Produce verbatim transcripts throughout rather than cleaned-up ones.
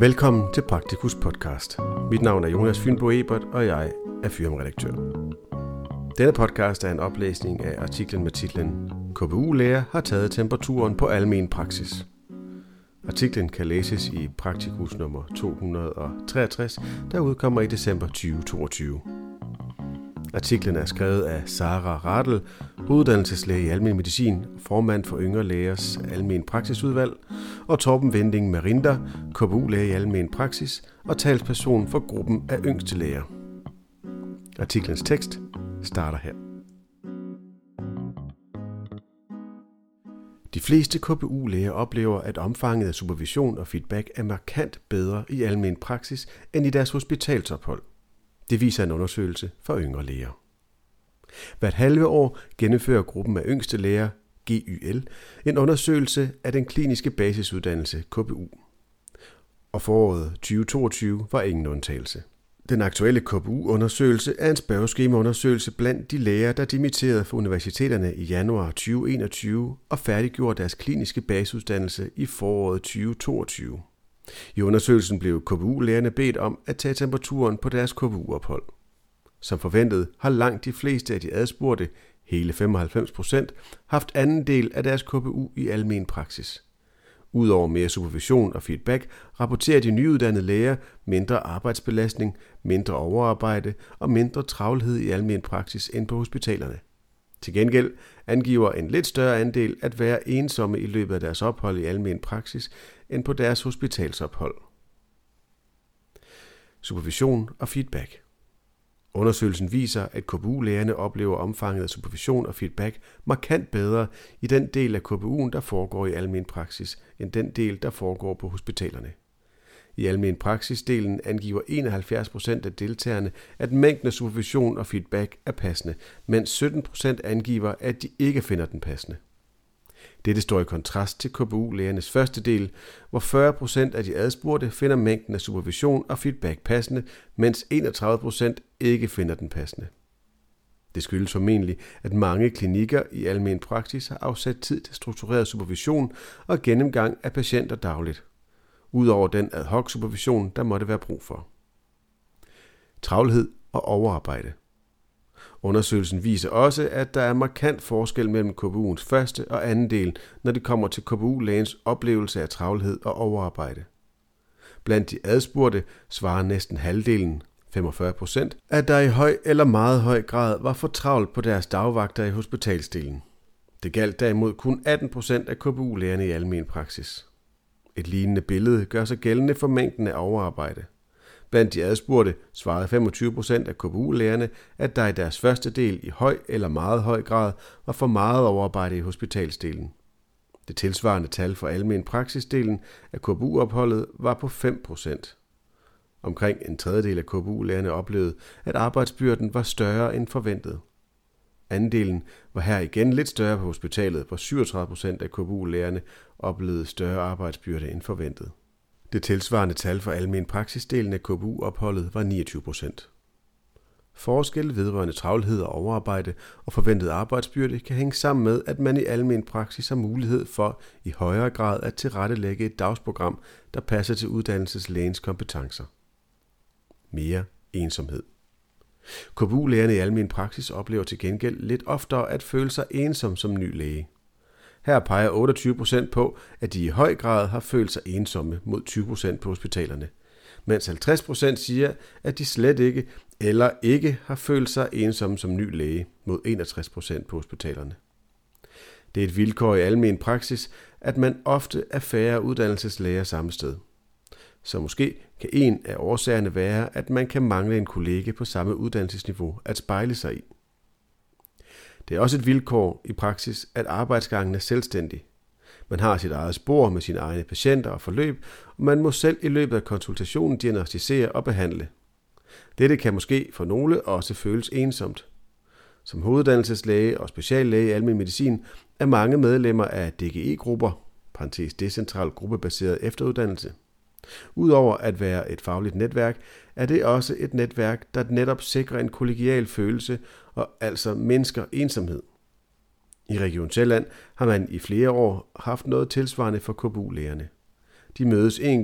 Velkommen til Praktikus podcast. Mit navn er Jonas Fynbo Ebert, og jeg er firmaredaktør. Denne podcast er en oplæsning af artiklen med titlen K B U-læger har taget temperaturen på almen praksis. Artiklen kan læses i Praktikus nummer to hundrede og treogtres, der udkommer i december tyve toogtyve. Artiklen er skrevet af Sara Radel, hoveduddannelseslæge i almen medicin, formand for Yngre Lægers almen praksisudvalg, og Torben Wending Merinder, K B U-læge i almen praksis og talsperson for gruppen af yngste læger. Artiklens tekst starter her. De fleste K B U-læger oplever, at omfanget af supervision og feedback er markant bedre i almen praksis end i deres hospitalsophold. Det viser en undersøgelse for yngre læger. Hvert halve år gennemfører gruppen af yngste læger, G Y L, en undersøgelse af den kliniske basisuddannelse K B U. Og foråret tyve toogtyve var ingen undtagelse. Den aktuelle K B U-undersøgelse er en spørgeskemaundersøgelse blandt de læger, der dimitterede fra universiteterne i januar tyve enogtyve og færdiggjorde deres kliniske basisuddannelse i foråret tyve toogtyve. I undersøgelsen blev K B U-lægerne bedt om at tage temperaturen på deres K B U-ophold. Som forventet har langt de fleste af de adspurgte, hele femoghalvfems procent, haft anden del af deres K B U i almen praksis. Udover mere supervision og feedback rapporterer de nyuddannede læger mindre arbejdsbelastning, mindre overarbejde og mindre travlhed i almen praksis end på hospitalerne. Til gengæld angiver en lidt større andel at være ensomme i løbet af deres ophold i almen praksis end på deres hospitalsophold. Supervision og feedback. Undersøgelsen viser, at K B U-lægerne oplever omfanget af supervision og feedback markant bedre i den del af K B U'en, der foregår i almen praksis, end den del, der foregår på hospitalerne. I almen praksisdelen angiver enoghalvfjerds procent af deltagerne, at mængden af supervision og feedback er passende, mens sytten procent angiver, at de ikke finder den passende. Dette står i kontrast til K B U-lægernes første del, hvor fyrre procent af de adspurgte finder mængden af supervision og feedback passende, mens enogtredive procent ikke finder den passende. Det skyldes formentlig, at mange klinikker i almen praksis har afsat tid til struktureret supervision og gennemgang af patienter dagligt, udover den ad hoc supervision, der måtte være brug for. Travlhed og overarbejde. Undersøgelsen viser også, at der er markant forskel mellem K B U'ens første og anden del, når det kommer til K B U-lægens oplevelse af travlhed og overarbejde. Blandt de adspurgte svarer næsten halvdelen, femogfyrre procent, at der i høj eller meget høj grad var for travlt på deres dagvagter i hospitalsdelen. Det galt derimod kun atten procent af K B U-lægerne i almen praksis. Et lignende billede gør sig gældende for mængden af overarbejde. Blandt de adspurgte svarede femogtyve procent af K B U-lægerne, at der i deres første del i høj eller meget høj grad var for meget overarbejde i hospitalsdelen. Det tilsvarende tal for almen praksisdelen af K B U-opholdet var på fem procent. Omkring en tredjedel af K B U-lægerne oplevede, at arbejdsbyrden var større end forventet. Andelen var her igen lidt større på hospitalet, hvor syvogtredive procent af K B U-lægerne oplevede større arbejdsbyrde end forventet. Det tilsvarende tal for almen praksisdelen af K B U-opholdet var niogtyve procent. Forskelle vedrørende travlhed og overarbejde og forventet arbejdsbyrde kan hænge sammen med, at man i almen praksis har mulighed for i højere grad at tilrettelægge et dagsprogram, der passer til uddannelseslægens kompetencer. Mere ensomhed. K B U-lægerne i almen praksis oplever til gengæld lidt oftere at føle sig ensom som ny læge. Her peger otteogtyve procent på, at de i høj grad har følt sig ensomme mod tyve procent på hospitalerne, mens halvtreds procent siger, at de slet ikke eller ikke har følt sig ensomme som ny læge mod enogtres procent på hospitalerne. Det er et vilkår i almen praksis, at man ofte er færre uddannelseslæger samme sted. Så måske kan en af årsagerne være, at man kan mangle en kollega på samme uddannelsesniveau at spejle sig i. Det er også et vilkår i praksis, at arbejdsgangen er selvstændig. Man har sit eget spor med sine egne patienter og forløb, og man må selv i løbet af konsultationen diagnosticere og behandle. Dette kan måske for nogle også føles ensomt. Som hoveduddannelseslæge og speciallæge i almen medicin er mange medlemmer af D G E-grupper, parentes decentral gruppebaseret efteruddannelse. Udover at være et fagligt netværk, er det også et netværk, der netop sikrer en kollegial følelse og altså mindsker ensomhed. I Region Sjælland har man i flere år haft noget tilsvarende for K B U-lægerne. De mødes en gang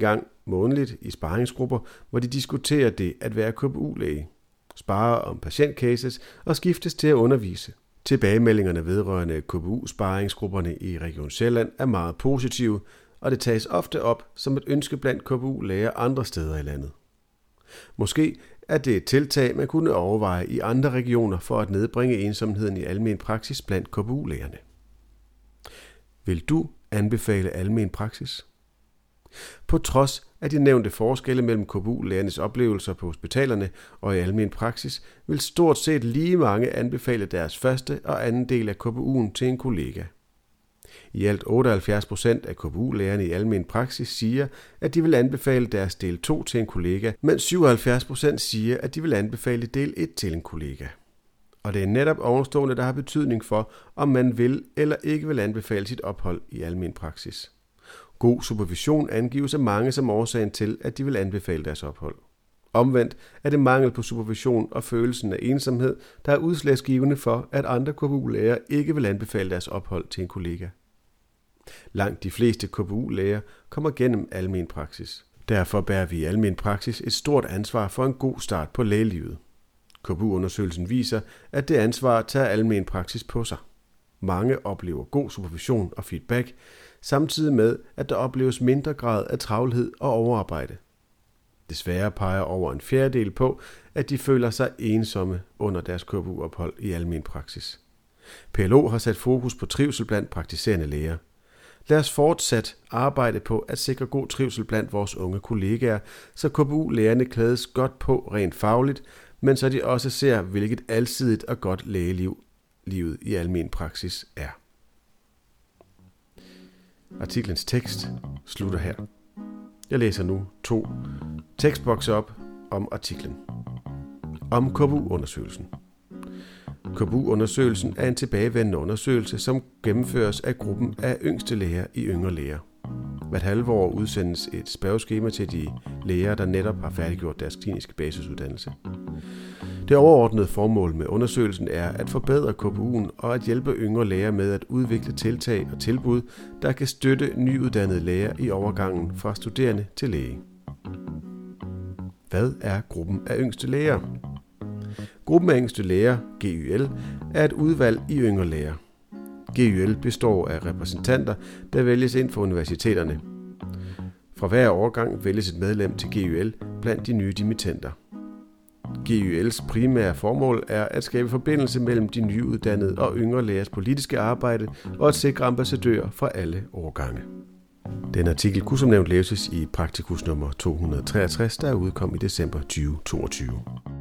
månedligt i sparringsgrupper, hvor de diskuterer det at være K B U-læge, sparer om patientcases og skiftes til at undervise. Tilbagemeldingerne vedrørende K B U-sparringsgrupperne i Region Sjælland er meget positive, og det tages ofte op som et ønske blandt K B U-læger andre steder i landet. Måske er det et tiltag, man kunne overveje i andre regioner for at nedbringe ensomheden i almen praksis blandt K B U-lægerne. Vil du anbefale almen praksis? På trods af de nævnte forskelle mellem K B U-lægernes oplevelser på hospitalerne og i almen praksis, vil stort set lige mange anbefale deres første og anden del af K B U'en til en kollega. I alt otteoghalvfjerds procent af K B U-lægerne i almen praksis siger, at de vil anbefale deres del to til en kollega, mens syvoghalvfjerds procent siger, at de vil anbefale del et til en kollega. Og det er netop ovenstående, der har betydning for, om man vil eller ikke vil anbefale sit ophold i almen praksis. God supervision angives af mange som årsagen til, at de vil anbefale deres ophold. Omvendt er det mangel på supervision og følelsen af ensomhed, der er udslagsgivende for, at andre K B U-læger ikke vil anbefale deres ophold til en kollega. Langt de fleste K B U-læger kommer gennem almen praksis. Derfor bærer vi i almen praksis et stort ansvar for en god start på lægelivet. K B U-undersøgelsen viser, at det ansvar tager almen praksis på sig. Mange oplever god supervision og feedback, samtidig med, at der opleves mindre grad af travlhed og overarbejde. Desværre peger over en fjerdedel på, at de føler sig ensomme under deres K B U-ophold i almen praksis. P L O har sat fokus på trivsel blandt praktiserende læger. Lad os fortsat arbejde på at sikre god trivsel blandt vores unge kollegaer, så K B U-lægerne klædes godt på rent fagligt, men så de også ser, hvilket alsidigt og godt lægeliv livet i almen praksis er. Artiklens tekst slutter her. Jeg læser nu to tekstbokse op om artiklen. Om K B U-undersøgelsen. K B U-undersøgelsen er en tilbagevendende undersøgelse, som gennemføres af gruppen af yngste læger i yngre læger. Hvert halve år udsendes et spørgeskema til de læger, der netop har færdiggjort deres kliniske basisuddannelse. Det overordnede formål med undersøgelsen er at forbedre K B U'en og at hjælpe yngre læger med at udvikle tiltag og tilbud, der kan støtte nyuddannede læger i overgangen fra studerende til læge. Hvad er gruppen af yngste læger? Gruppen af yngste læger, G Y L, er et udvalg i yngre læger. G Y L består af repræsentanter, der vælges ind for universiteterne. Fra hver årgang vælges et medlem til G Y L blandt de nye dimittenter. G Y L's primære formål er at skabe forbindelse mellem de nyuddannede og yngre lægers politiske arbejde og at sikre ambassadører fra alle årgange. Den artikel kunne som nævnt læses i Praktikus nummer to hundrede treogtres, der er udkommet i december tyve toogtyve.